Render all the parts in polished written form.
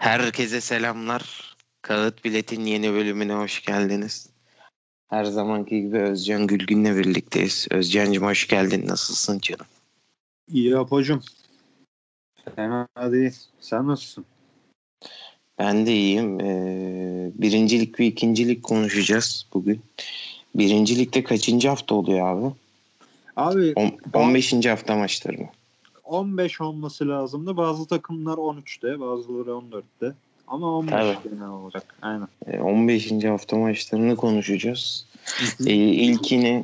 Herkese selamlar. Kağıt Bilet'in yeni bölümüne hoş geldiniz. Her zamanki gibi Özcan Gülgün'le birlikteyiz. Özcan'cığım hoş geldin. Nasılsın canım? İyi Apo'cum. Fena değil. Sen nasılsın? Ben de iyiyim. Birincilik ve ikincilik konuşacağız bugün. Birincilikte kaçıncı hafta oluyor abi? Abi 15. hafta maçları mı? 15 olması lazımdı. Bazı takımlar 13'te, bazıları 14'te. Ama 15 Tabii. genel olarak. Aynen. 15. hafta maçlarını konuşacağız. Hı hı. İlkini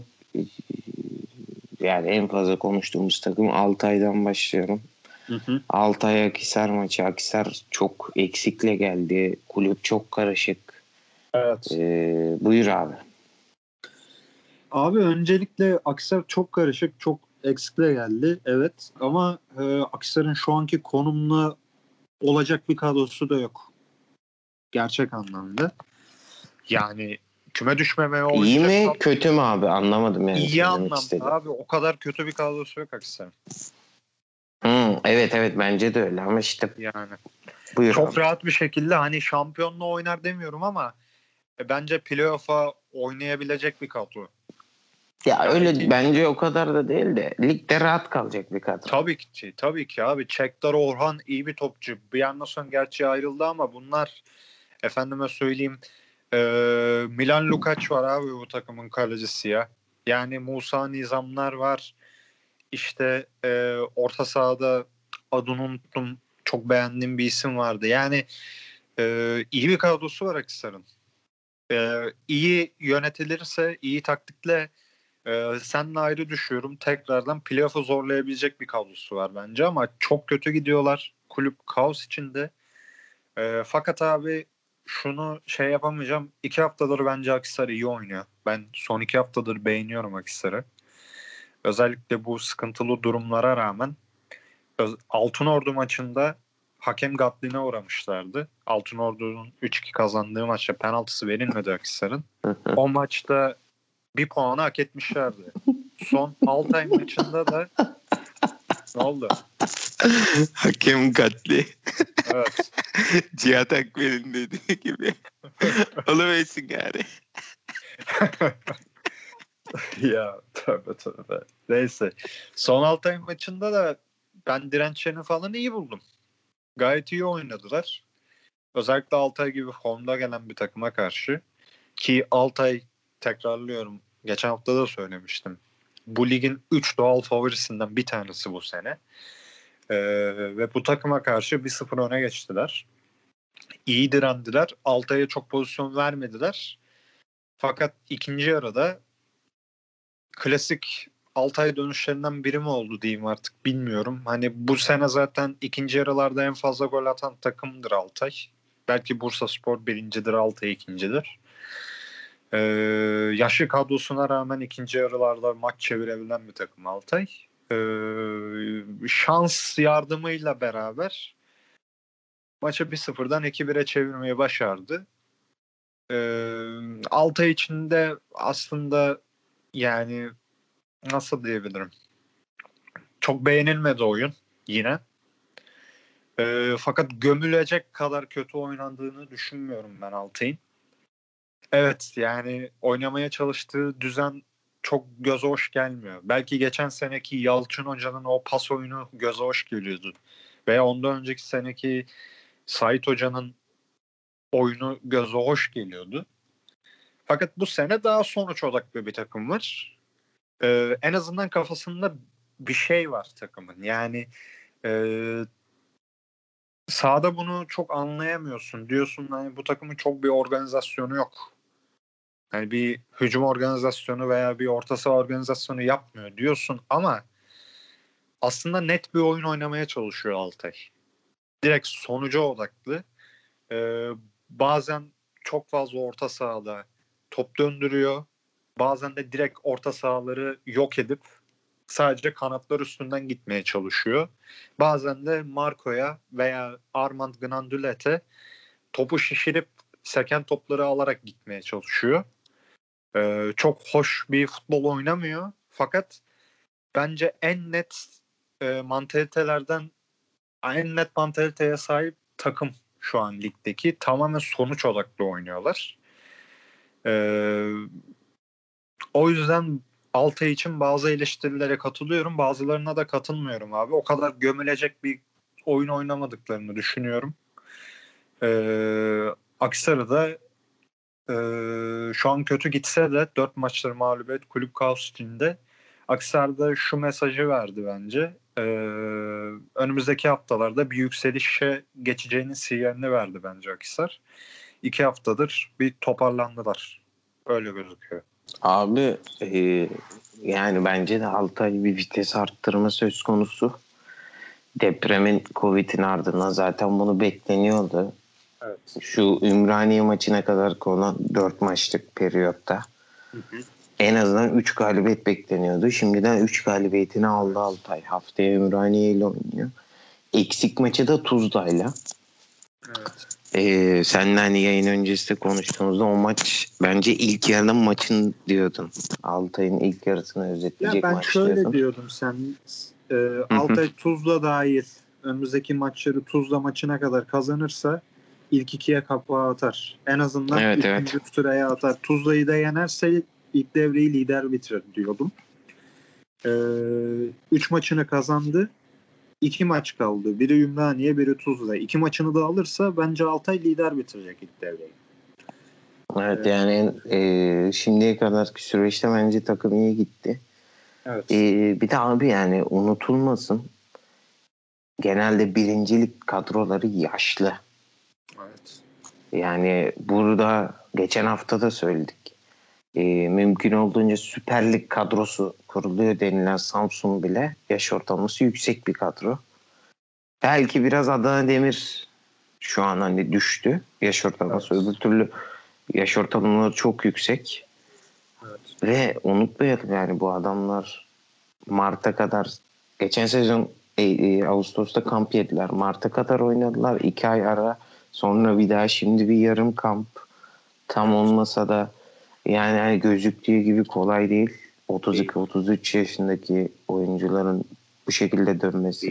yani en fazla konuştuğumuz takım Altay'dan başlıyorum. Hı hı. Altay Akhisar maçı. Akhisar çok eksikle geldi. Kulüp çok karışık. Evet. Buyur abi. Abi öncelikle Akhisar çok karışık, çok eksikle geldi. Evet. Ama Akhisar'ın şu anki konumuna olacak bir kadrosu da yok. Gerçek anlamda. Yani küme düşmemeye İyi oynayacak mi kötü mü abi? Anlamadım yani iyi ne demek anlamda istedi. abi. O kadar kötü bir kadrosu yok Akhisar'ın. Evet bence de öyle ama işte Yani. buyur Çok abi. rahat bir şekilde hani şampiyonluğa oynar demiyorum ama bence playoff'a oynayabilecek bir kadro. Ya Gayet öyle iyi. bence o kadar da değil de ligde rahat kalacak bir kadro. Tabii ki abi. Çekdar Orhan iyi bir topçu. Bir yandan sonra gerçi ayrıldı ama bunlar efendime söyleyeyim Milan Lukaç var abi bu takımın kalecisi ya. Yani Musa Nizamlar var. İşte orta sahada adını unuttum. Çok beğendiğim bir isim vardı. Yani iyi bir kadrosu var Akhisar'ın. İyi yönetilirse, iyi taktikle seninle ayrı düşüyorum. Tekrardan playoff'u zorlayabilecek bir kadrosu var bence ama çok kötü gidiyorlar. Kulüp kaos içinde. Fakat abi şunu şey yapamayacağım. 2 haftadır bence Akhisar iyi oynuyor. Ben son 2 haftadır beğeniyorum Akhisar'ı. Özellikle bu sıkıntılı durumlara rağmen Altınordu maçında hakem Gatlin'e uğramışlardı. Altınordu'nun 3-2 kazandığı maçta penaltısı verilmedi Akhisar'ın. O maçta bir puanı hak etmişlerdi. Son Altay maçında da ne oldu? Hakem katli. Evet. Cihat Akbel'in dediği gibi. Oluversin gari. Ya tövbe. Neyse. Son Altay maçında da ben dirençlerini falan iyi buldum. Gayet iyi oynadılar. Özellikle Altay gibi formda gelen bir takıma karşı. Ki Altay tekrarlıyorum. Geçen hafta da söylemiştim. Bu ligin 3 doğal favorisinden bir tanesi bu sene. Ve bu takıma karşı 1-0 öne geçtiler. İyi direndiler. Altay'a çok pozisyon vermediler. Fakat ikinci yarıda klasik Altay dönüşlerinden biri mi oldu diyeyim artık bilmiyorum. Hani bu sene zaten ikinci yarılarda en fazla gol atan takımdır Altay. Belki Bursaspor birincidir, Altay ikincidir. Ee, Yaşlı kadrosuna rağmen ikinci yarılarda maç çevirebilen bir takım Altay. Şans yardımıyla beraber maçı 1-0'dan 2-1'e çevirmeyi başardı. Altay için de aslında yani nasıl diyebilirim? Çok beğenilmedi oyun yine. Fakat gömülecek kadar kötü oynandığını düşünmüyorum ben Altay'ın. Evet yani oynamaya çalıştığı düzen çok göze hoş gelmiyor. Belki geçen seneki Yalçın Hoca'nın o pas oyunu göze hoş geliyordu. Veya ondan önceki seneki Sait Hoca'nın oyunu göze hoş geliyordu. Fakat bu sene daha sonuç odaklı bir takım var. En azından kafasında bir şey var takımın. Yani e, sahada bunu çok anlayamıyorsun. Diyorsun hani bu takımın çok bir organizasyonu yok. Yani bir hücum organizasyonu veya bir orta saha organizasyonu yapmıyor diyorsun ama aslında net bir oyun oynamaya çalışıyor Altay. Direkt sonuca odaklı. Ee, Bazen çok fazla orta sahada top döndürüyor. Bazen de direkt orta sahaları yok edip sadece kanatlar üstünden gitmeye çalışıyor. Bazen de Marco'ya veya Armand Gnandulet'e topu şişirip seken topları alarak gitmeye çalışıyor. Çok hoş bir futbol oynamıyor. Fakat bence en net mantalitelerden en net mantaliteye sahip takım şu an ligdeki. Tamamen sonuç odaklı oynuyorlar. O yüzden Altay için bazı eleştirilere katılıyorum. Bazılarına da katılmıyorum abi. O kadar gömülecek bir oyun oynamadıklarını düşünüyorum. Akhisar'da şu an kötü gitse de 4 maçları mağlubiyet kulüp kaos içinde. Akhisar'da şu mesajı verdi bence. Önümüzdeki haftalarda bir yükselişe geçeceğinin sinyalini verdi bence Akhisar. 2 haftadır bir toparlandılar. Öyle gözüküyor. Abi yani bence de Altay bir vites arttırma söz konusu. Depremin, Covid'in ardından zaten bunu bekleniyordu. Evet. Şu Ümraniye maçına kadar konan 4 maçlık periyotta en azından 3 galibiyet bekleniyordu. Şimdiden 3 galibiyetini aldı Altay. Haftaya Ümraniye ile oynuyor. Eksik maçı da Tuzla'yla. Evet. Seninle hani yayın öncesi de konuştuğumuzda o maç bence ilk yarının maçın diyordun. Altay'ın ilk yarısını Ya özetleyecek ben maç şöyle diyordun. diyordum sen Altay Tuzla dahil önümüzdeki maçları Tuzla maçına kadar kazanırsa ilk ikiye kapağı atar. En azından Evet, üçüncü sıraya atar. Tuzla'yı da yenerse ilk devreyi lider bitirir diyordum. 3 maçını kazandı. 2 maç kaldı. Biri Ümraniye, biri Tuzla. 2 maçını da alırsa bence Altay lider bitirecek ilk devreyi. Evet, yani şimdiye kadarki süreçte bence takım iyi gitti. Evet. Bir de abi yani unutulmasın, genelde birincilik kadroları yaşlı. Evet. Yani burada geçen hafta da söyledik. Mümkün olduğunca Süper Lig kadrosu kuruluyor denilen Samsun bile yaş ortalaması yüksek bir kadro. Belki biraz Adana Demir şu an hani düştü yaş ortalaması. Evet. Öbür türlü yaş ortalamaları çok yüksek. Evet. Ve unutmayalım yani bu adamlar Mart'a kadar geçen sezon Ağustos'ta kamp yediler. Mart'a kadar oynadılar. 2 ay ara. Sonra bir daha şimdi bir yarım kamp. Tam olmasa da yani hani gözüktüğü gibi kolay değil. 32-33 yaşındaki oyuncuların bu şekilde dönmesi.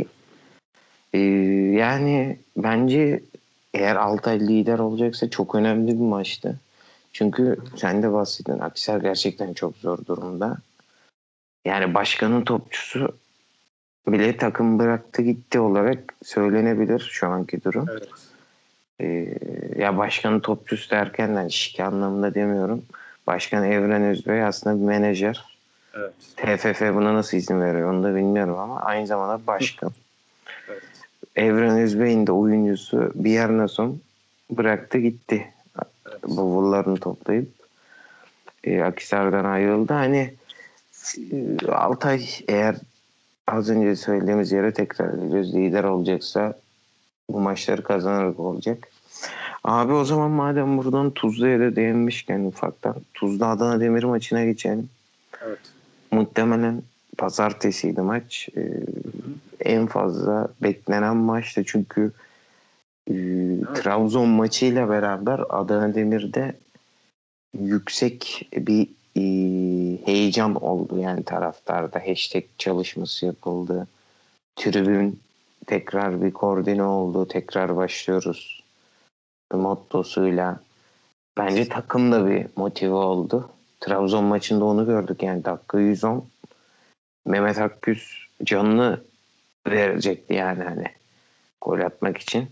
Yani bence eğer Altay lider olacaksa çok önemli bir maçtı. Çünkü sen de bahsettin. Akhisar gerçekten çok zor durumda. Yani başkanın topçusu bile takım bıraktı gitti olarak söylenebilir şu anki durum. Evet. Ya başkanın topçusu derken de şike anlamında demiyorum. Başkan Evren Özbey aslında bir menajer. Evet. TFF buna nasıl izin veriyor onu da bilmiyorum ama aynı zamanda başkan. Evet. Evren Özbey'in de oyuncusu bir yerden sonra bıraktı gitti. Evet. Bavullarını toplayıp Akhisar'dan ayrıldı. Hani Altay eğer az önce söylediğimiz yere tekrar ediyoruz. Lider olacaksa bu maçları kazanarak olacak. Abi o zaman madem buradan Tuzla'ya da değinmişken ufaktan Tuzla Adana Demir maçına geçelim. Evet. Muhtemelen pazartesiydi maç. En fazla beklenen maçtı çünkü Trabzon maçıyla beraber Adana Demir'de yüksek bir heyecan oldu yani taraftarda. Hashtag çalışması yapıldı. Tribün tekrar bir koordine oldu. Tekrar başlıyoruz mottosuyla. Bence takım da bir motive oldu. Trabzon maçında onu gördük yani dakika 110. Mehmet Akgüz canını verecekti yani hani gol atmak için.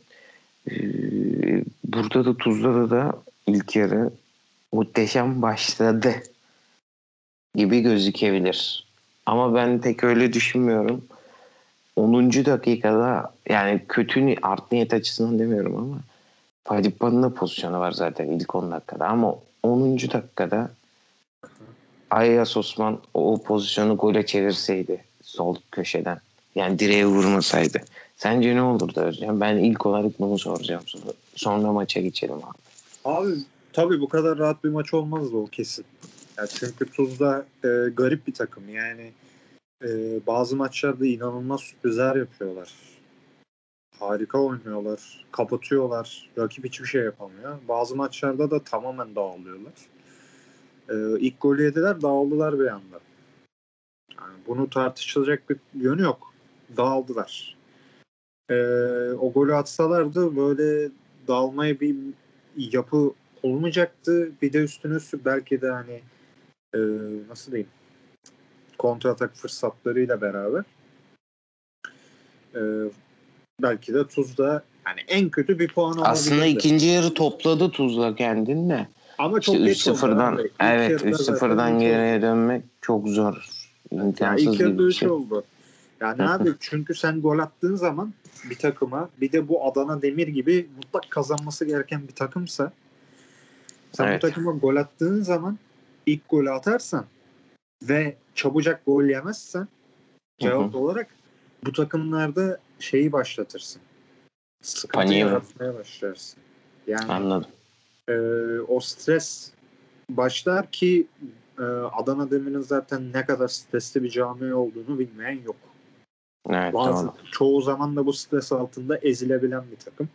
Burada da Tuzla'da da ilk yarı muhteşem başladı gibi gözükebilir. Ama ben pek öyle düşünmüyorum. 10. dakikada yani kötü art niyet açısından demiyorum ama Padiba'nın da pozisyonu var zaten ilk 10 dakikada ama 10. dakikada Ayas Osman o pozisyonu gole çevirseydi sol köşeden yani direğe vurmasaydı sence ne olurdu Özcan? Ben ilk olarak bunu soracağım sana. Sonra maça geçelim abi. Abi tabii bu kadar rahat bir maç olmazdı o kesin. Ya çünkü Tuzla garip bir takım. Yani bazı maçlarda inanılmaz sürprizler yapıyorlar. Harika oynuyorlar. Kapatıyorlar. Rakip hiçbir şey yapamıyor. Bazı maçlarda da tamamen dağılıyorlar. İlk golü yediler, dağıldılar bir anda. Yani bunu tartışılacak bir yönü yok. Dağıldılar. O golü atsalardı böyle dağılmaya bir yapı olmayacaktı. Bir de üstüne belki de hani nasıl diyeyim, kontratak fırsatlarıyla beraber e, belki de Tuzla yani en kötü bir puan Aslında alabilirdi. ikinci yarı topladı Tuzla kendini de. Ama İşte çok geç oldu 3-0'dan abi. İlk evet yarıda zaten 3-0'dan 3 geriye oldu. dönmek çok zor. Evet, yani ilk İmkansız yarıda gibi bir 3 şey. oldu. Yani abi çünkü sen gol attığın zaman bir takıma, bir de bu Adana Demir gibi mutlak kazanması gereken bir takımsa, sen bu Evet. takıma gol attığın zaman ilk golü atarsan ve çabucak gol yemezsen cevap olarak bu takımlarda şeyi başlatırsın. Sıkıntı Paniği mi? yaratmaya başlarsın. Yani Anladım. o stres başlar ki Adana Demir'in zaten ne kadar stresli bir camia olduğunu bilmeyen yok. Evet doğru. Çoğu zaman da bu stres altında ezilebilen bir takım.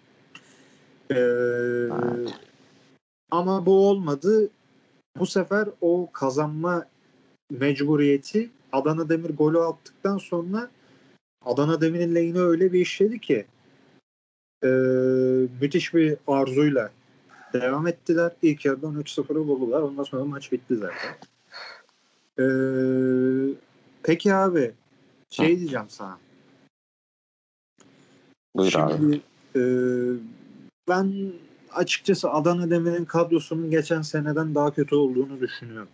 Evet. Ama bu olmadı. Bu sefer o kazanma mecburiyeti Adana Demir golü attıktan sonra Adana Demir'in lehine öyle bir işledi ki müthiş bir arzuyla devam ettiler. İlk yarıdan 3-0'ı buldular. Ondan sonra maç bitti zaten. Peki abi diyeceğim sana. Buyur abi. Şimdi ben açıkçası Adana Demir'in kadrosunun geçen seneden daha kötü olduğunu düşünüyorum.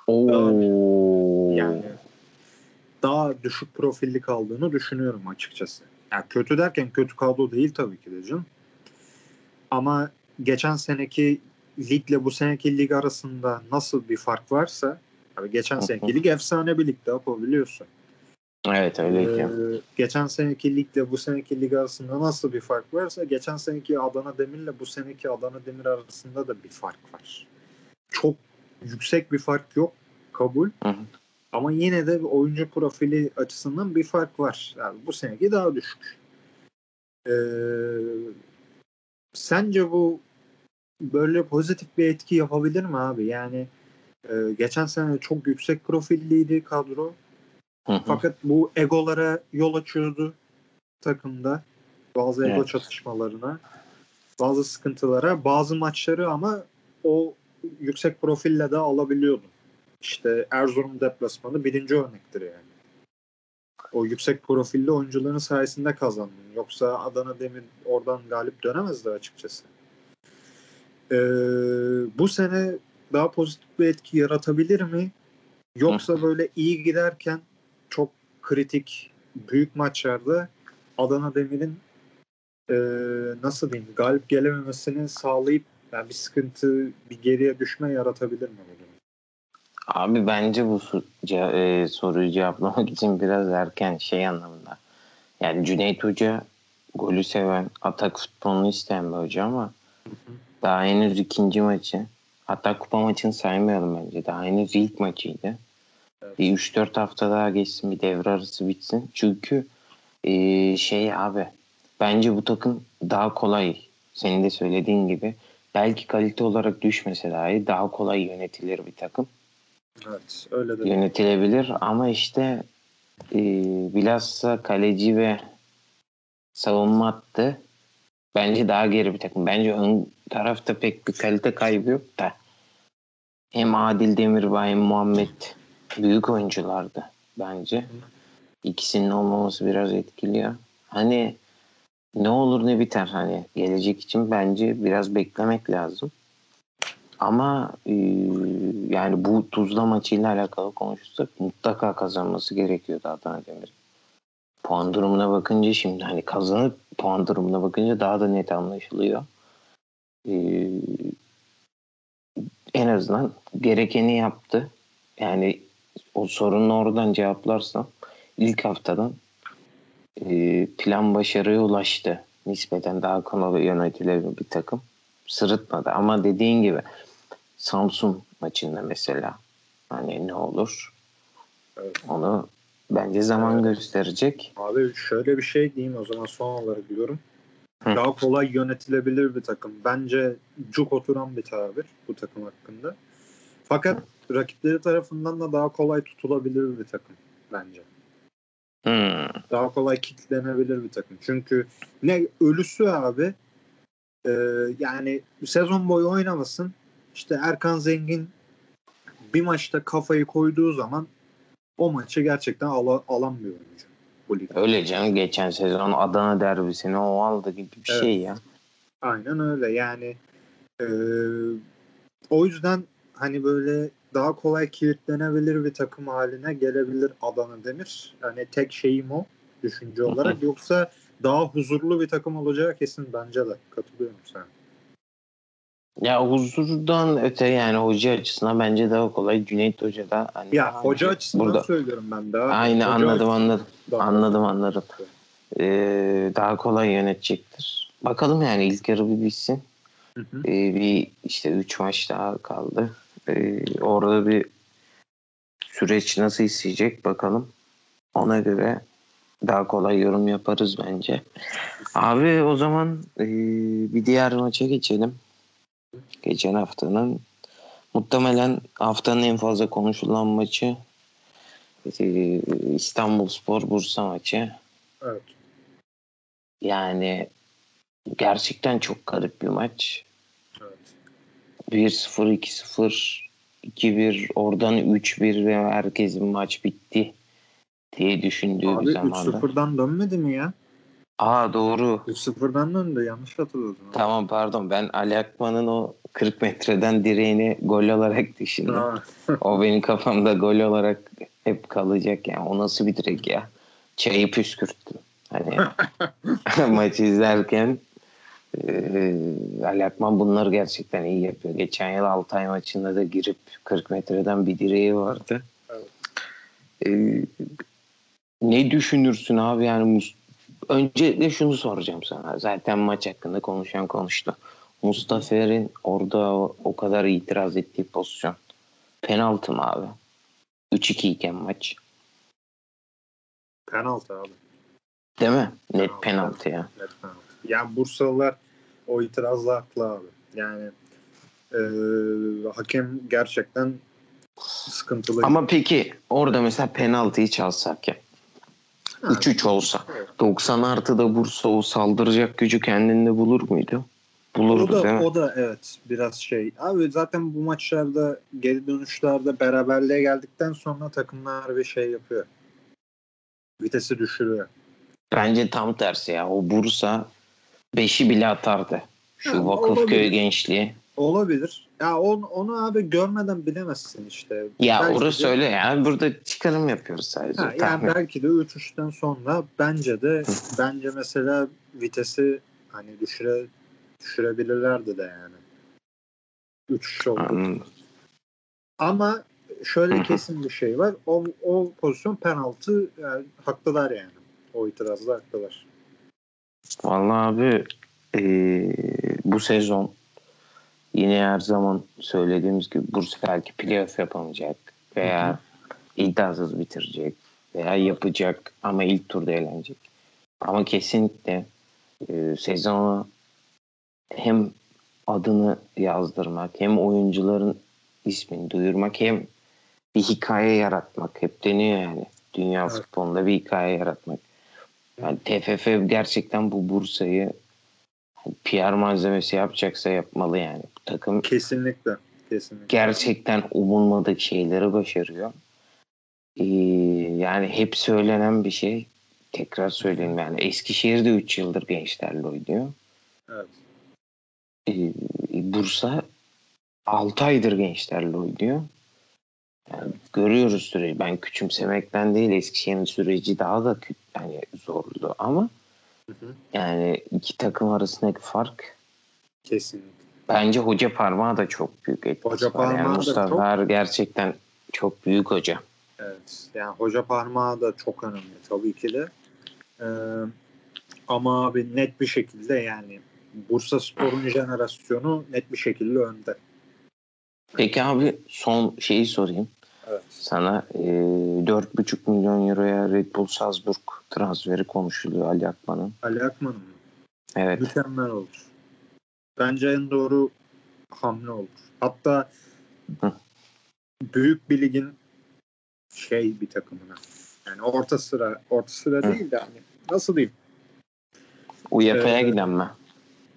Yani daha düşük profilli kaldığını düşünüyorum açıkçası. Yani kötü derken kötü kadro değil tabii ki de canım. Ama geçen seneki ligle bu seneki lig arasında nasıl bir fark varsa, abi geçen seneki lig efsane bir ligdi biliyorsun. Evet öyleydi. Geçen seneki ligle bu seneki lig arasında nasıl bir fark varsa, geçen seneki Adana Demir'le bu seneki Adana Demir arasında da bir fark var. Çok yüksek bir fark yok, kabul. Ama yine de oyuncu profili açısından bir fark var. Yani bu seneki daha düşük. Sence bu böyle pozitif bir etki yapabilir mi abi? Yani geçen sene çok yüksek profilliydi kadro. Fakat bu egolara yol açıyordu takımda. Bazı ego çatışmalarına, bazı sıkıntılara, bazı maçları ama o yüksek profille de alabiliyordun. İşte Erzurum deplasmanı birinci örnektir yani. O yüksek profilli oyuncuların sayesinde kazandın. Yoksa Adana Demir oradan galip dönemezdi açıkçası. Bu sene daha pozitif bir etki yaratabilir mi? Yoksa böyle iyi giderken çok kritik, büyük maçlarda Adana Demir'in nasıl diyeyim, galip gelememesini sağlayıp yani bir sıkıntı, bir geriye düşme yaratabilir mi? Abi bence bu soruyu cevaplamak için biraz erken şey anlamında. Yani Cüneyt Hoca golü seven, atak futbolunu isteyen bir hoca ama daha henüz ikinci maçı. Hatta kupa maçını saymayalım bence. Daha henüz ilk maçıydı. Evet. Bir 3-4 hafta daha geçsin, bir devre arası bitsin. Çünkü abi bence bu takım daha kolay, senin de söylediğin gibi belki kalite olarak düşmese dahi daha kolay yönetilir bir takım. Evet, öyle de. Yönetilebilir ama işte bilhassa kaleci ve savunma hattı bence daha geri bir takım. Bence ön tarafta pek bir kalite kaybı yok da hem Adil Demirbay hem Muhammed büyük oyunculardı bence. İkisinin olmaması biraz etkiliyor. Hani ne olur ne biter, hani gelecek için bence biraz beklemek lazım. Ama yani bu Tuzla maçıyla alakalı konuşursak mutlaka kazanması gerekiyordu Adana Demir. Puan durumuna bakınca şimdi hani kazanıp puan durumuna bakınca daha da net anlaşılıyor. En azından gerekeni yaptı. Yani o sorunu oradan cevaplarsam ilk haftadan plan başarıya ulaştı. Nispeten daha konuda yönetilebilir bir takım. Sırıtmadı ama dediğin gibi Samsun maçında mesela hani ne olur, Evet. onu bence zaman gösterecek. Abi şöyle bir şey diyeyim o zaman, son olarak diyorum. Hı. Daha kolay yönetilebilir bir takım. Bence cuk oturan bir tabir bu takım hakkında. Fakat rakipleri tarafından da daha kolay tutulabilir bir takım bence. Daha kolay kitlenebilir bir takım. Çünkü ne ölüsü abi Yani sezon boyu oynamasın. İşte Erkan Zengin bir maçta kafayı koyduğu zaman o maçı gerçekten alan bir oyuncu bu ligde. Öyle canım, geçen sezon Adana derbisini o aldı gibi bir Evet. şey ya. Aynen öyle yani. O yüzden hani böyle daha kolay kilitlenebilir bir takım haline gelebilir Adana Demir. Yani tek şeyim o düşünce olarak. Yoksa daha huzurlu bir takım olacağı kesin bence de. Katılıyorum sana. Ya huzurdan öte yani hoca açısından bence daha kolay. Cüneyt Hoca da hani Ya daha hoca önce açısından burada. söylüyorum ben de abi. Aynı Hoca anladım açısından daha kolay. anladım. Daha kolay yönetecektir. Bakalım yani ilk yarı bir bitsin. Hı hı. Bir işte 3 maç daha kaldı. Orada bir süreç nasıl isteyecek bakalım. Ona göre daha kolay yorum yaparız bence. Abi o zaman bir diğer maça geçelim. Geçen haftanın muhtemelen haftanın en fazla konuşulan maçı İstanbulspor Bursa maçı. Evet. Yani gerçekten çok garip bir maç. Evet. 1-0, 2-0, 2-1, oradan 3-1 ve herkesin maç bitti diye düşündüğü bir Abi zamanda. 3-0'dan dönmedi mi ya? Aa doğru. 3-0'dan döndü. Yanlış hatırladım. Tamam pardon, ben Ali Akman'ın o 40 metreden direğini gol olarak düşündüm. Ha. O benim kafamda gol olarak hep kalacak yani. O nasıl bir direk ya? Çayı püskürttüm. Hani maçı izlerken Ali Akman bunları gerçekten iyi yapıyor. Geçen yıl Altay maçında da girip 40 metreden bir direği vardı. Evet. Ne düşünürsün abi yani öncelikle şunu soracağım sana. Zaten maç hakkında konuşan konuştu. Mustafer'in orada o kadar itiraz ettiği pozisyon. Penaltı mı abi? 3-2 iken maç. Penaltı abi. Değil mi? Net penaltı ya. Net penaltı. Yani Bursalılar o itirazla haklı abi. Yani hakem gerçekten sıkıntılı. Ama peki orada mesela penaltıyı çalsak ya. Ha, 3-3 olsa. evet. 90 artıda Bursa o saldıracak gücü kendinde bulur muydu? Bulurdu değil mi? O da evet biraz şey. Abi zaten bu maçlarda geri dönüşlerde beraberliğe geldikten sonra takımlar bir şey yapıyor. Vitesi düşürüyor. Bence tam tersi ya. O Bursa 5'i bile atardı. Ha, Şu Vakıfköy olabilir. gençliği. Olabilir. Ya onu abi görmeden bilemezsin işte. Ya Belki orası de öyle ya. Burada çıkarım yapıyoruz sadece. yani Tahmin. belki de 3-3'ten sonra bence mesela vitesi hani düşürebilirlerdi de yani. 3 oldu. Anladım. Ama şöyle kesin bir şey var. O pozisyon penaltı, yani haklılar yani. O itirazda haklılar. Vallahi abi bu sezon yine her zaman söylediğimiz gibi Bursa belki playoff yapamayacak veya iddiasız bitirecek veya yapacak ama ilk turda eğlenecek. Ama kesinlikle sezonu hem adını yazdırmak hem oyuncuların ismini duyurmak hem bir hikaye yaratmak. Hep deniyor yani. Dünya Evet. futbolunda bir hikaye yaratmak. Yani TFF gerçekten bu Bursa'yı PR malzemesi yapacaksa yapmalı yani. Bu takım Kesinlikle. Kesinlikle. gerçekten umulmadık şeyleri başarıyor. Yani hep söylenen bir şey. Tekrar söyleyeyim yani. Eskişehir'de 3 yıldır gençlerle oynuyor. Evet. Bursa 6 aydır gençlerle oynuyor. Yani görüyoruz süreci. Ben küçümsemekten değil, Eskişehir'in süreci daha da yani zorlu ama yani iki takım arasındaki fark, Kesinlikle. bence hoca parmağı da çok büyük Hoca etkisi var. Yani parmağı da çok. Mustafa gerçekten çok büyük hoca. Evet. Yani hoca parmağı da çok önemli tabii ki de. Ee, ama abi net bir şekilde yani Bursaspor'un jenerasyonu net bir şekilde önde. Peki abi son şeyi sorayım. Evet. Sana 4,5 milyon euroya Red Bull Salzburg transferi konuşuluyor Ali Akman'ın. Ali Akman'ın mı? Evet. Mükemmel olur. Bence en doğru hamle olur. Hatta Hı. büyük bir ligin bir takımına. Yani orta sıra Hı. değil de hani nasıl diyeyim? UEFA'ya Ee, giden mi?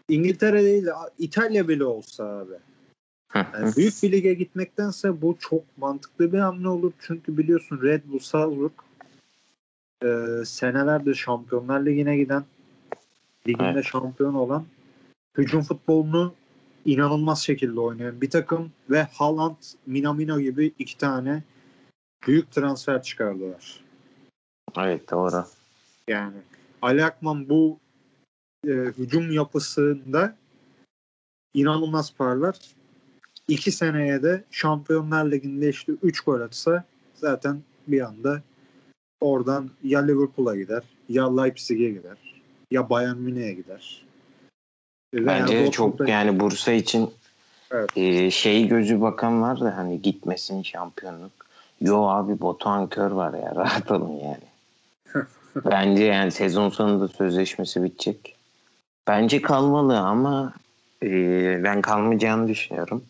İngiltere değil İtalya bile olsa abi. Yani büyük bir lige gitmektense bu çok mantıklı bir hamle olur. Çünkü biliyorsun Red Bull Salzburg senelerdir Şampiyonlar Ligi'ne giden, liginde şampiyon olan, hücum futbolunu inanılmaz şekilde oynayan bir takım ve Haaland, Minamino gibi iki tane büyük transfer çıkardılar. Evet, doğru. Yani Ali Akman bu hücum yapısında inanılmaz parlar. 2 seneye de Şampiyonlar Ligi'nde işte 3 gol atsa zaten bir anda oradan ya Liverpool'a gider, ya Leipzig'e gider, ya Bayern Münih'e gider. Veya Bence Dortmund'a çok gider. yani Bursa için Evet. şey gözü bakan var da hani gitmesin şampiyonluk. Yo abi, Batuhan Kör var ya, rahat olun yani. Bence yani sezon sonunda sözleşmesi bitecek. Bence kalmalı ama ben kalmayacağını düşünüyorum.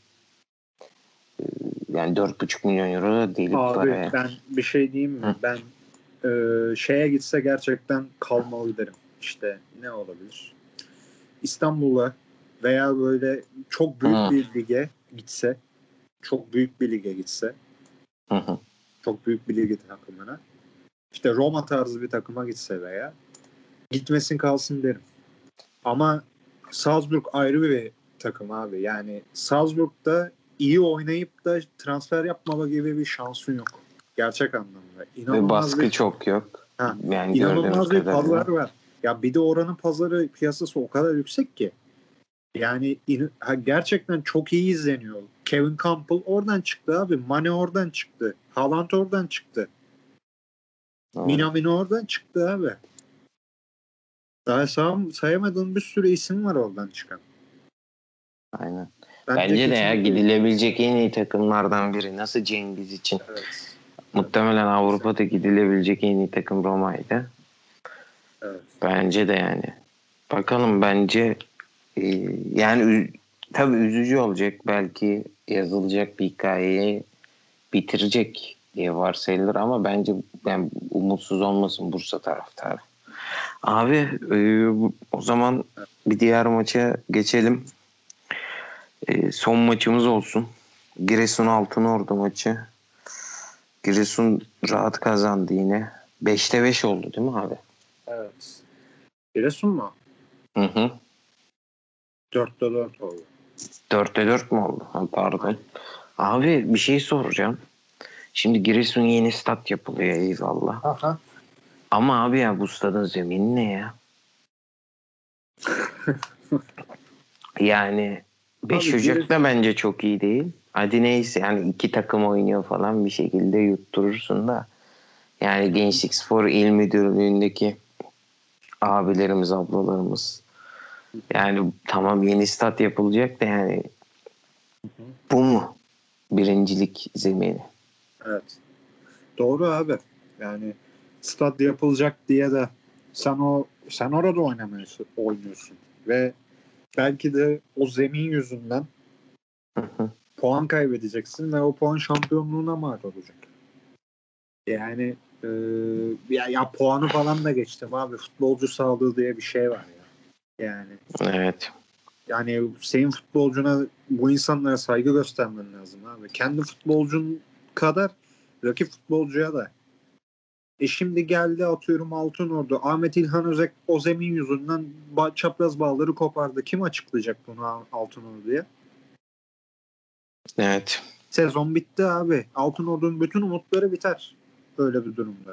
Yani 4,5 milyon euro da deli bir para Abi ya. ben bir şey diyeyim mi? Hı. Ben şeye gitse gerçekten kalmalı derim. İşte ne olabilir? İstanbul'a veya böyle çok büyük Hı. bir lige gitse, çok büyük bir lige gitse, Hı hı. çok büyük bir lige takımına, işte Roma tarzı bir takıma gitse veya gitmesin kalsın derim. Ama Salzburg ayrı bir takım abi. Yani Salzburg'da iyi oynayıp da transfer yapmama gibi bir şansın yok. Gerçek anlamda. Ve İnanılmaz baskı bir çok yok. Yani gördüğümüz inanılmaz bir kadarıyla. pazar var. Ya bir de oranın pazarı piyasası o kadar yüksek ki. Yani gerçekten çok iyi izleniyor. Kevin Campbell oradan çıktı abi. Mane oradan çıktı. Haaland oradan çıktı. Doğru. Minamino oradan çıktı abi. Daha sayamadığım bir sürü isim var oradan çıkan. Aynen. Bence Bence de ya, kesinlikle. gidilebilecek en iyi takımlardan biri. Nasıl Cengiz için? Evet. Muhtemelen Avrupa'da gidilebilecek en iyi takım Roma'ydı. Evet. Bence de yani. Bakalım, bence yani tabii üzücü olacak. Belki yazılacak bir hikayeyi bitirecek diye varsayılır ama bence yani umutsuz olmasın Bursa taraftarı. Abi o zaman bir diğer maça geçelim. Son maçımız olsun. Giresun Altınordu maçı. Giresun rahat kazandı yine. 5'te 5 oldu değil mi abi? Evet. Giresun mu? Hı hı. 4'te 4 oldu. 4'te 4 mü oldu? Ha, pardon. Aynen. Abi bir şey soracağım. Şimdi Giresun yeni stat yapılıyor, eyvallah. Aha. Ama abi ya, bu stadın zemini ne ya? Yani 5 Abi Ocak'ta bence çok iyi değil. Hadi neyse, yani iki takım oynuyor falan, bir şekilde yutturursun da. Yani Gençlik Spor İl Müdürlüğü'ndeki abilerimiz, ablalarımız. Yani tamam, yeni stat yapılacak da yani bu mu birincilik zemini? Evet. Doğru abi. Yani stat yapılacak diye de sen orada oynuyorsun ve belki de o zemin yüzünden Hı hı. puan kaybedeceksin ve o puan şampiyonluğuna mal olacak. Yani ya puanı falan da geçtim abi. Futbolcu sağlığı diye bir şey var ya. Yani Evet. senin futbolcuna, bu insanlara saygı göstermen lazım abi. Kendi futbolcun kadar rakip futbolcuya da. Şimdi geldi atıyorum Altınordu. Ahmet İlhan Özek o zemin yüzünden çapraz bağları kopardı. Kim açıklayacak bunu Altınordu'ya? Evet. Sezon bitti abi. Altınordu'nun bütün umutları biter. Öyle bir durumda.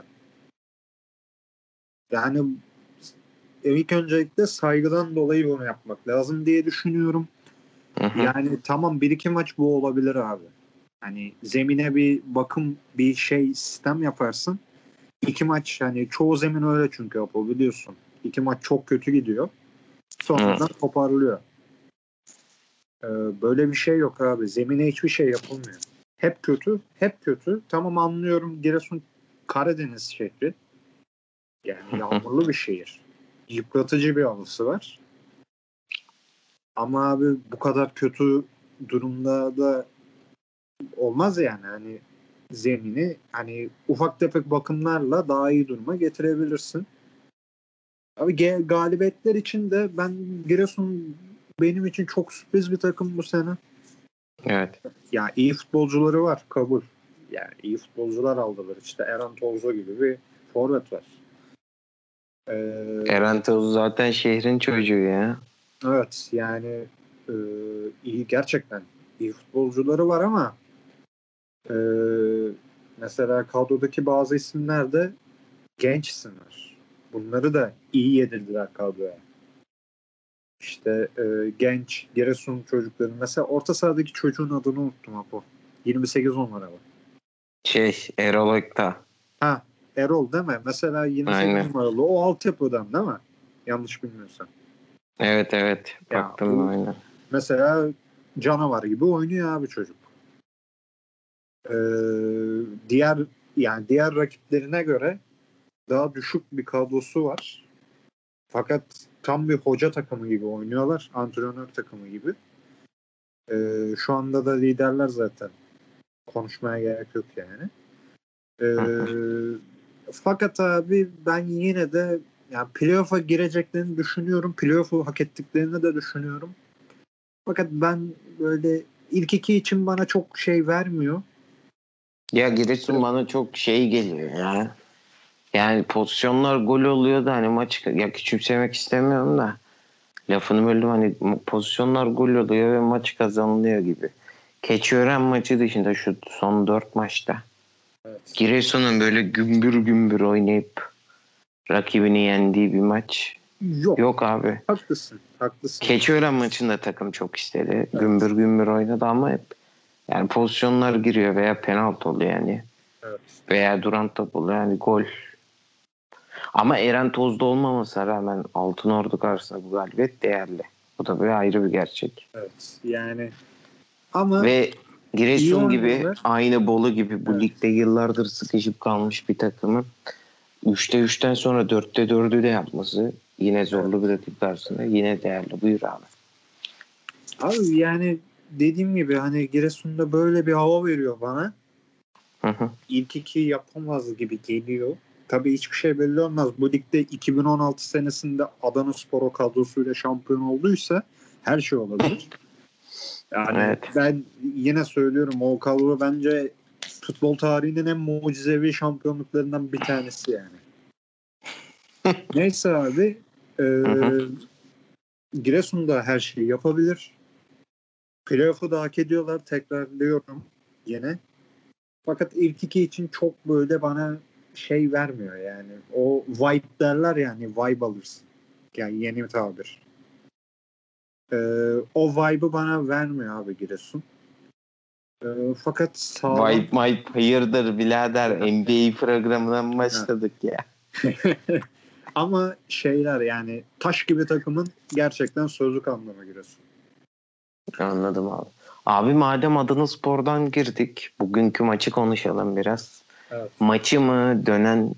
Yani ilk öncelikle saygıdan dolayı bunu yapmak lazım diye düşünüyorum. Hı hı. Yani tamam, bir iki maç bu olabilir abi. Hani zemine bir bakım, bir sistem yaparsın. 2 maç, hani çoğu zemin öyle çünkü biliyorsun. 2 maç çok kötü gidiyor. Hı. Sonradan toparlıyor. Böyle bir şey yok abi. Zemine hiçbir şey yapılmıyor. Hep kötü, hep kötü. Tamam, anlıyorum, Giresun Karadeniz şehri. Yani yağmurlu bir şehir. Yıpratıcı bir havası var. Ama abi bu kadar kötü durumda da olmaz yani. Hani zemini hani ufak tefek bakımlarla daha iyi duruma getirebilirsin. Abi galibiyetler için de ben Giresun benim için çok sürpriz bir takım bu sene. Evet. Ya iyi futbolcuları var, kabul. Yani iyi futbolcular aldılar. İşte Eren Tolzo gibi bir forvet var. Eren Tavus zaten şehrin çocuğu ya. Evet yani e, iyi gerçekten iyi futbolcuları var ama e, mesela kadrodaki bazı isimler de genç isimler. Bunları da iyi yedirdiler kadroya. İşte genç Giresun çocukları. Mesela orta sahadaki çocuğun adını unuttum Apo. 28 numaralı. Erol Ekta. Ha, Erol değil mi? Mesela 28 Aynen. numaralı. O altyapıdan değil mi? Yanlış bilmiyorsam. Evet. Ya Baktım bu aynen. mesela canavar gibi oynuyor abi çocuk. Ee, diğer yani diğer rakiplerine göre daha düşük bir kadrosu var. Fakat tam bir hoca takımı gibi oynuyorlar. Antrenör takımı gibi. Şu anda da liderler zaten. Konuşmaya gerek yok yani. Hı hı. Fakat abi ben yine de yani playoff'a gireceklerini düşünüyorum. Playoff'u hak ettiklerini de düşünüyorum. Fakat ben böyle ilk iki için bana çok şey vermiyor. Ya Giresun bana çok şey geliyor ya. Yani pozisyonlar gol oluyor da hani maç ya küçümsemek istemiyorum da lafını böldüm hani pozisyonlar gol oluyor ve maç kazanılıyor gibi. Keçiören maçı dışında şu son 4 maçta Evet. Giresun'un böyle gümbür gümbür oynayıp rakibini yendiği bir maç Yok. yok abi. Haklısın. Haklısın. Keçiören maçında takım çok istedi. Evet. Gümbür gümbür oynadı ama hep yani pozisyonlar giriyor veya penaltı oluyor yani. Evet. Veya duran top oluyor yani gol. Ama Eren Toz'da olmamasına rağmen Altınordu karşısında bu galibiyet değerli. Bu da bir ayrı bir gerçek. Evet. Yani ama Ve iyi Giresun gibi oynuyorlar. aynı Bolu gibi bu Evet. ligde yıllardır sıkışıp kalmış bir takımın 3'te 3'ten sonra 4'te 4'ü de yapması yine Evet. zorlu bir rakip karşısında yine değerli. Buyur abi. Abi yani dediğim gibi hani Giresun'da böyle bir hava veriyor bana. Hı hı. İlk iki yapamaz gibi geliyor. Tabii hiçbir şey belli olmaz. Bu ligde 2016 senesinde Adanaspor o kadrosuyla şampiyon olduysa her şey olabilir. Yani Evet. ben yine söylüyorum o kadro bence futbol tarihinin en mucizevi şampiyonluklarından bir tanesi yani. Neyse abi Hı hı. Giresun'da her şeyi yapabilir. Playoff'u da hak ediyorlar tekrarlıyorum yine. Fakat ilk iki için çok böyle bana şey vermiyor yani. O vibe derler yani vibe alırsın. Yani yeni bir tabir. O vibe'ı bana vermiyor abi Giresun. Fakat sağlam Vibe hayırdır birader NBA programından ha. başladık ya. Ama şeyler yani taş gibi takımın gerçekten sözlük anlamı Giresun. Anladım abi. Abi madem Adanaspor'dan girdik bugünkü maçı konuşalım biraz. Evet. Maçı mı dönen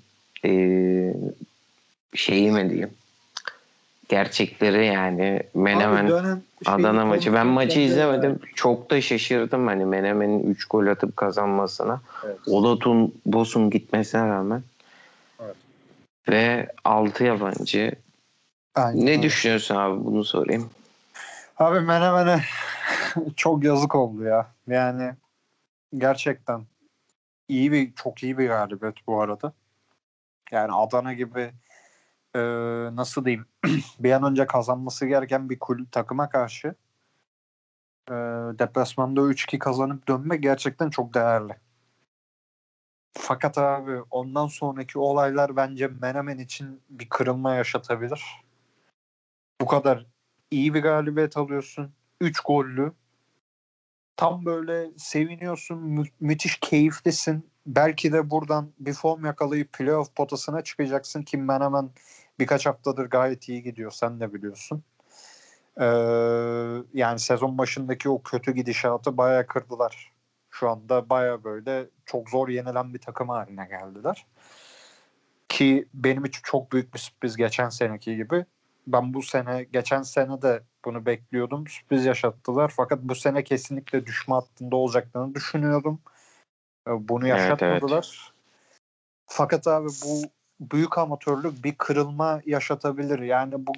şeyi mi diyeyim? Gerçekleri yani Abi Menemen dönen şeyi Adana maçı. Ben konuşmak maçı bence daha iyi. izlemedim. Çok da şaşırdım hani Menemen'in 3 gol atıp kazanmasına. Evet. Olatun Bosun gitmesine rağmen. Evet. Ve 6 yabancı. Aynen Ne öyle. düşünüyorsun abi bunu sorayım. Abi Menemen'e çok yazık oldu ya. Yani gerçekten çok iyi bir galibiyet bu arada. Yani Adana gibi e, nasıl diyeyim bir an önce kazanması gereken bir kulüp takıma karşı e, deplasmanda 3-2 kazanıp dönmek gerçekten çok değerli. Fakat abi ondan sonraki olaylar bence Menemen için bir kırılma yaşatabilir. Bu kadar iyi bir galibiyet alıyorsun. 3 gollü. Tam böyle seviniyorsun. Müthiş keyiflisin. Belki de buradan bir form yakalayıp playoff potasına çıkacaksın ki Menemen birkaç haftadır gayet iyi gidiyor. Sen de biliyorsun. Ee, yani sezon başındaki o kötü gidişatı bayağı kırdılar. Şu anda bayağı böyle çok zor yenilen bir takım haline geldiler. Ki benim için çok büyük bir sürpriz geçen seneki gibi. Ben geçen sene de bunu bekliyordum. Sürpriz yaşattılar. Fakat bu sene kesinlikle düşme hattında olacaklarını düşünüyordum. Bunu Evet. yaşatmadılar. Fakat abi bu büyük amatörlük bir kırılma yaşatabilir. Yani bugün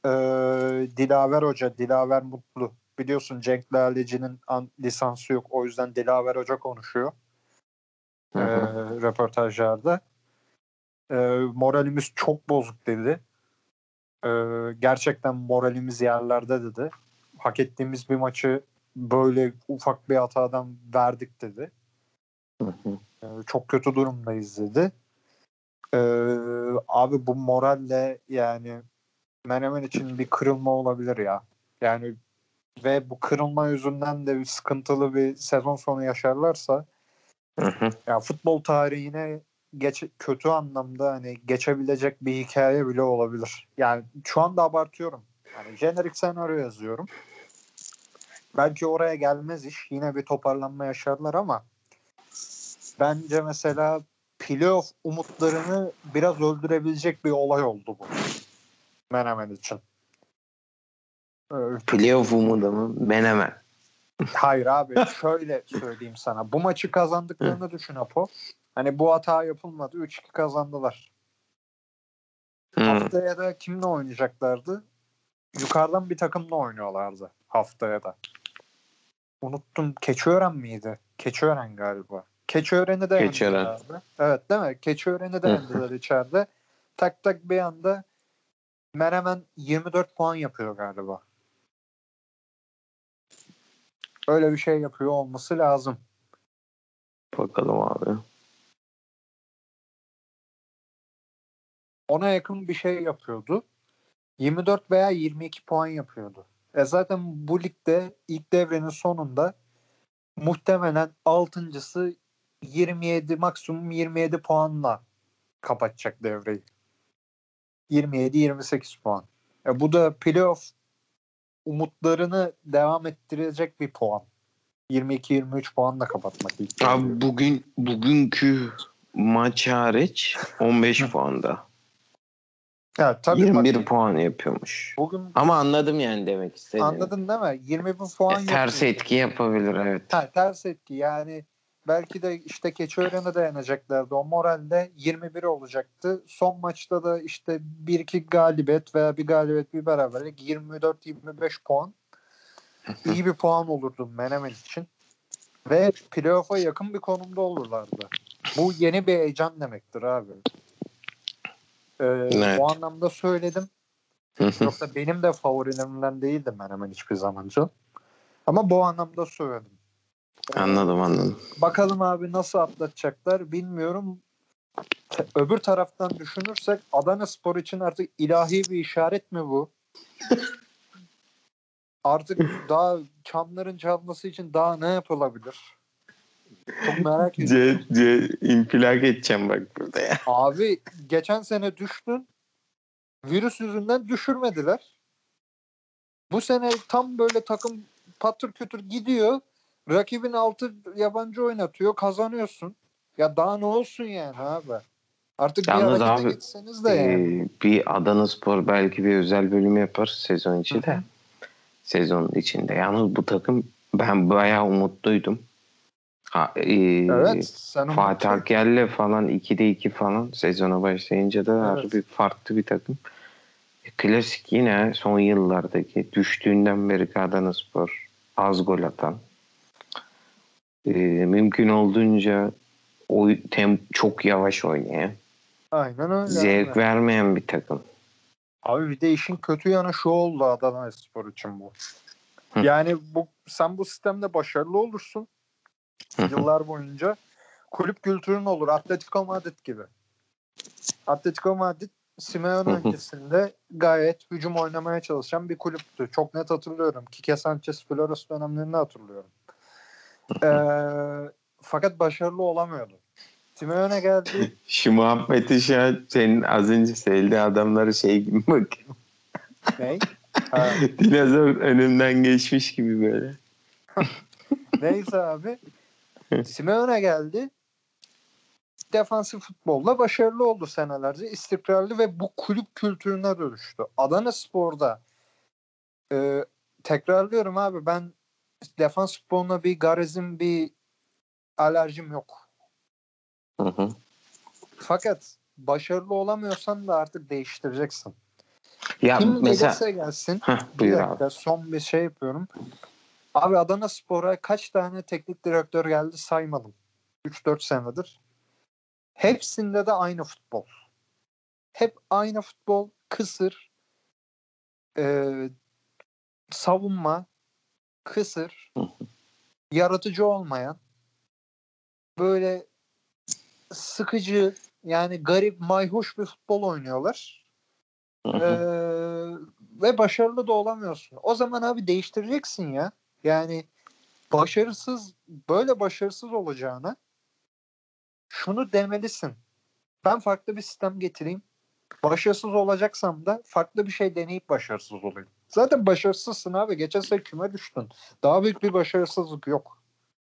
Dilaver Hoca, Dilaver Mutlu. Biliyorsun Cenk Laleci'nin lisansı yok. O yüzden Dilaver Hoca konuşuyor. Röportajlarda. Moralimiz çok bozuk dedi. Gerçekten moralimiz yerlerde dedi. Hak ettiğimiz bir maçı böyle ufak bir hatadan verdik dedi. Çok kötü durumdayız dedi. Abi bu moralle yani Menemen için bir kırılma olabilir ya. Yani ve bu kırılma yüzünden de bir sıkıntılı bir sezon sonu yaşarlarsa ya futbol tarihine kötü anlamda hani geçebilecek bir hikaye bile olabilir. Yani şu anda abartıyorum. Hani jenerik senaryo yazıyorum. Belki oraya gelmez iş. Yine bir toparlanma yaşarlar ama bence mesela playoff umutlarını biraz öldürebilecek bir olay oldu bu. Menemen için. Playoff umudu mu? Menemen. Hayır abi şöyle söyleyeyim sana. Bu maçı kazandıklarını düşün Apo. Hani bu hata yapılmadı. 3-2 kazandılar. Haftaya da kimle oynayacaklardı? Yukarıdan bir takımla oynuyorlardı haftaya da. Unuttum. Keçiören miydi? Keçiören galiba. Keçiören'i de yendiler abi. Evet değil mi? Keçiören'i de yendiler içeride. Tak tak bir anda Menemen 24 puan yapıyor galiba. Öyle bir şey yapıyor olması lazım. Bakalım abi. Ona yakın bir şey yapıyordu. 24 veya 22 puan yapıyordu. Zaten bu ligde ilk devrenin sonunda muhtemelen 6.'sı 27 maksimum 27 puanla kapatacak devreyi. 27-28 puan. Bu da playoff umutlarını devam ettirecek bir puan. 22-23 puanla kapatmak ilk devreyi. Abi bugünkü maç hariç 15 puanda. Ya, tabii 21 bak, puan yapıyormuş. bugün Ama anladım yani demek istediğini. anladın değil mi? 21 puan ters yapıyor. etki yapabilir evet. Ters etki yani belki de işte Keçiören'e dayanacaklardı. O moralde 21 olacaktı. Son maçta da işte 1-2 galibiyet veya bir galibiyet bir beraberlik 24-25 puan. İyi bir puan olurdu Menemen için. Ve playoff'a yakın bir konumda olurlardı. Bu yeni bir heyecan demektir abi. Evet. O anlamda söyledim. Yoksa benim de favorilerimden değildi Menemen hiçbir zamanca. Ama bu anlamda söyledim. Anladım. Bakalım abi nasıl atlatacaklar bilmiyorum. Öbür taraftan düşünürsek Adanaspor için artık ilahi bir işaret mi bu? Artık daha çanların çalması için daha ne yapılabilir? Çok merak ediyorum. infilak edeceğim bak burada ya. Abi geçen sene düştün. Virüs yüzünden düşürmediler. Bu sene tam böyle takım patır kütür gidiyor. Rakibin 6 yabancı oynatıyor. Kazanıyorsun. Ya daha ne olsun yani abi? Artık bir Yalnız harekete abi geçseniz de yani. bir Adanaspor belki bir özel bölüm yapar sezon içi de. Sezon içinde. Yalnız bu takım ben bayağı umutluydum. Evet, sen Fatih umutluydun. Akyer'le falan 2'de 2 falan sezona başlayınca da Evet. harbi farklı bir takım. Klasik yine son yıllardaki düştüğünden beri Adanaspor az gol atan. Mümkün olduğunca çok yavaş oynayan. Aynen öyle Zevk abi. vermeyen bir takım. Abi bir de işin kötü yanı şu oldu Adanaspor için bu. Yani sen bu sistemde başarılı olursun yıllar boyunca. Kulüp kültürün olur. Atletico Madrid gibi. Atletico Madrid Simeone öncesinde gayet hücum oynamaya çalışan bir kulüptü. Çok net hatırlıyorum. Kike Sanchez Flores dönemlerini hatırlıyorum. Fakat başarılı olamıyordu. Simeone geldi. Şu muhabbeti şu an senin az önce söylediğin adamları şey gibi bak. Ne? Ha. Dinozor önümden geçmiş gibi böyle. Neyse abi. Simeone geldi. Defansif futbolla başarılı oldu senelerce. İstikrarlı ve bu kulüp kültürüne dönüştü. Adanaspor'da tekrarlıyorum abi ben defans futboluna bir garezim, bir alerjim yok. Fakat başarılı olamıyorsan da artık değiştireceksin. Ya Kim mesela gelirse gelsin. Bir buyur abi. dakika son bir şey yapıyorum. Abi Adanaspor'a kaç tane teknik direktör geldi saymadım. 3-4 senedir. Hepsinde de aynı futbol. Hep aynı futbol. Kısır. e, savunma. Kısır. Yaratıcı olmayan. Böyle sıkıcı, yani garip, mayhoş bir futbol oynuyorlar. Ve başarılı da olamıyorsun. O zaman abi değiştireceksin ya. Yani böyle başarısız olacağına şunu demelisin. Ben farklı bir sistem getireyim. Başarısız olacaksam da farklı bir şey deneyip başarısız olayım. Zaten başarısızsın abi. Geçen sene küme düştün. Daha büyük bir başarısızlık yok.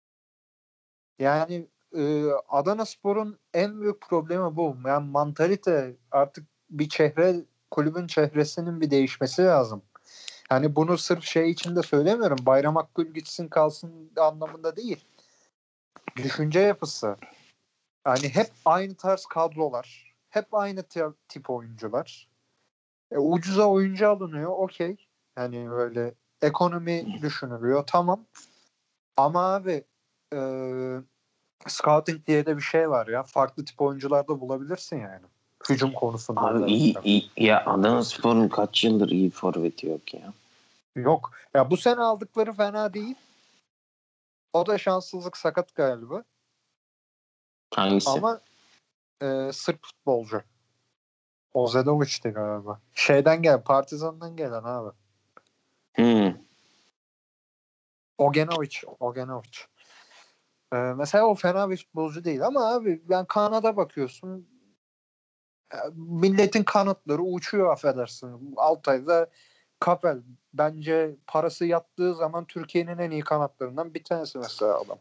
Yani Adanaspor'un en büyük problemi bu. Yani mantalite, artık kulübün çehresinin bir değişmesi lazım. Hani bunu sırf şey için de söylemiyorum. Bayram Akgül gitsin kalsın anlamında değil. Düşünce yapısı. Hani hep aynı tarz kadrolar. Hep aynı tip oyuncular. Ucuza oyuncu alınıyor. Okey. Hani böyle ekonomi düşünülüyor. Tamam. Ama abi e, scouting diye de bir şey var ya. Farklı tip oyuncular da bulabilirsin yani. Hücum konusunda Abi iyi, özellikle. iyi. Ya Adanaspor'un kaç yıldır iyi forveti yok ya. Yok. Ya bu sene aldıkları fena değil. O da şanssızlık, sakat galiba. Hangisi? Ama Sırp futbolcu. Ozedoviç'ti galiba. Partizan'dan gelen abi. Hmm. Ogenoviç. Mesela o fena bir futbolcu değil ama abi ben Kanada bakıyorsun, milletin kanatları uçuyor, affedersin. Altay'da Kapel bence parası yattığı zaman Türkiye'nin en iyi kanatlarından bir tanesi mesela adam.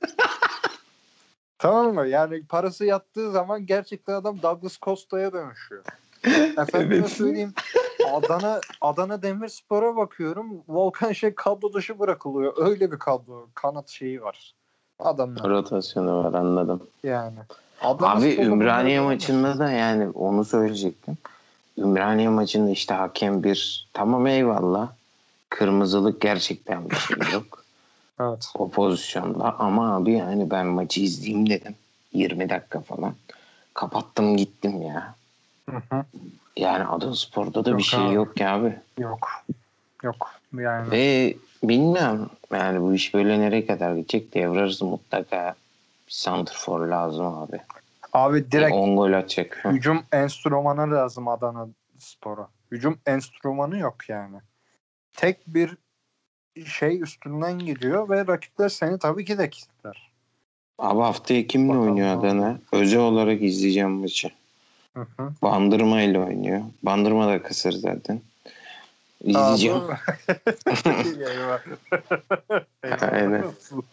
Tamam mı? Yani parası yattığı zaman gerçekten adam Douglas Costa'ya dönüşüyor. Efendime Evet. söyleyeyim, Adana Demirspor'a bakıyorum. Volkan kadro dışı bırakılıyor. Öyle bir kadro, kanat şeyi var adamların. Rotasyonu var, anladım. Yani Abi Adanaspor'da bunları Ümraniye göremiyorsun. maçında da yani onu söyleyecektim. Ümraniye maçında işte hakem bir tamam eyvallah. Kırmızılık gerçekten bir şey yok. Evet. O pozisyonda ama abi yani ben maçı izleyeyim dedim. 20 dakika falan. Kapattım gittim ya. Hı hı. Yani Adanaspor'da da bir Yok şey abi. yok ki abi. Yok. Yok. Yani. Ve bilmiyorum yani bu iş böyle nereye kadar gidecek, devre arası mutlaka bir santrfor lazım abi. Abi direkt 10 gol atacak. hücum enstrümanı lazım Adana Spor'a. Hücum enstrümanı yok yani. Tek bir şey üstünden gidiyor ve rakipler seni tabii ki de kilitler. Abi haftaya kimle Bakalım oynuyor ne olacak. Adana? Özel olarak izleyeceğim maçı. Hı hı. Bandırma ile oynuyor. Bandırma da kısır zaten. Abi. İzleyeceğim. Eyvah. Eyvallah Aynen. olsun.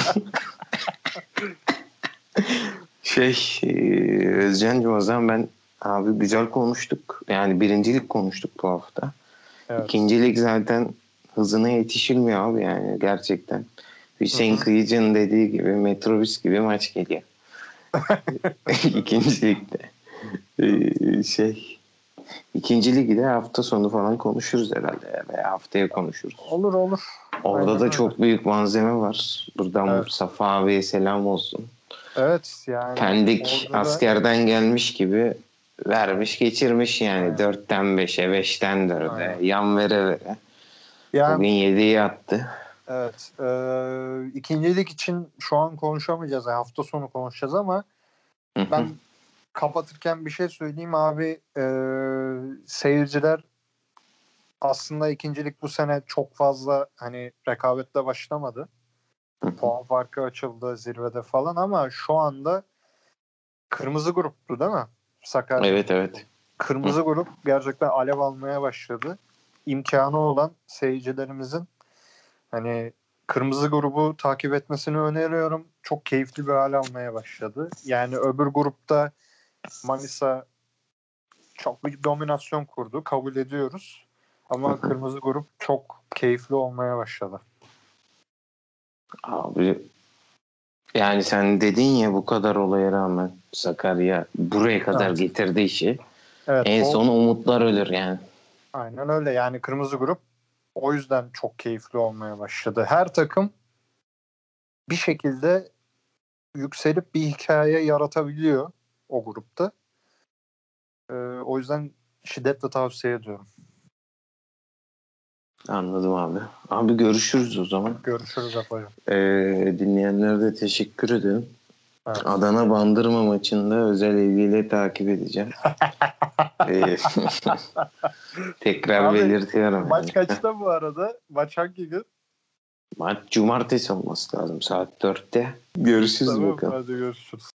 Özcan'cığım o zaman ben abi güzel konuştuk. Yani birincilik konuştuk bu hafta. Evet. İkincilik zaten hızına yetişilmiyor abi yani gerçekten. Hı Hüseyin hı. Kıyıcı'nın dediği gibi metrobüs gibi maç geliyor. İkincilikte. Şey İkinci ligi de hafta sonu falan konuşuruz herhalde ya. Veya haftaya konuşuruz. Olur olur. Orada Aynen da öyle. çok büyük malzeme var. Buradan Evet. Safa abiye selam olsun. Evet yani Pendik orada da askerden gelmiş gibi vermiş geçirmiş yani. aynen. 4'ten 5'e, 5'ten 4'e, Aynen. yan vere vere. Yani Bugün 7'yi attı. evet. İkincilik için şu an konuşamayacağız. Yani hafta sonu konuşacağız ama Hı hı. ben kapatırken bir şey söyleyeyim abi. Seyirciler aslında ikincilik bu sene çok fazla hani rekabetle başlamadı. Hı hı. Puan farkı açıldı zirvede falan ama şu anda kırmızı gruptu değil mi? Evet Sakaryaspor. evet. Hı. Kırmızı grup gerçekten alev almaya başladı. İmkanı olan seyircilerimizin hani kırmızı grubu takip etmesini öneriyorum. Çok keyifli bir hale almaya başladı. Yani öbür grupta Manisa çok büyük dominasyon kurdu. Kabul ediyoruz. Ama kırmızı grup çok keyifli olmaya başladı. Abi yani sen dedin ya bu kadar olaya rağmen Sakarya buraya kadar Evet. getirdi işi. Evet En o son umutlar ölür yani. Aynen öyle. Yani kırmızı grup o yüzden çok keyifli olmaya başladı. Her takım bir şekilde yükselip bir hikaye yaratabiliyor o grupta. O yüzden şiddetle tavsiye ediyorum. Anladım abi. Abi görüşürüz o zaman. Görüşürüz Apo'cum. Dinleyenlere de teşekkür ederim. Evet. Adana Bandırma maçında özel ilgiyle takip edeceğim. Tekrar Abi, belirtiyorum. maç Yani. kaçta bu arada? Maç hangi gün? Maç cumartesi olması lazım saat 4'te. Görüşürüz Tamam, bakalım. hadi görüşürüz.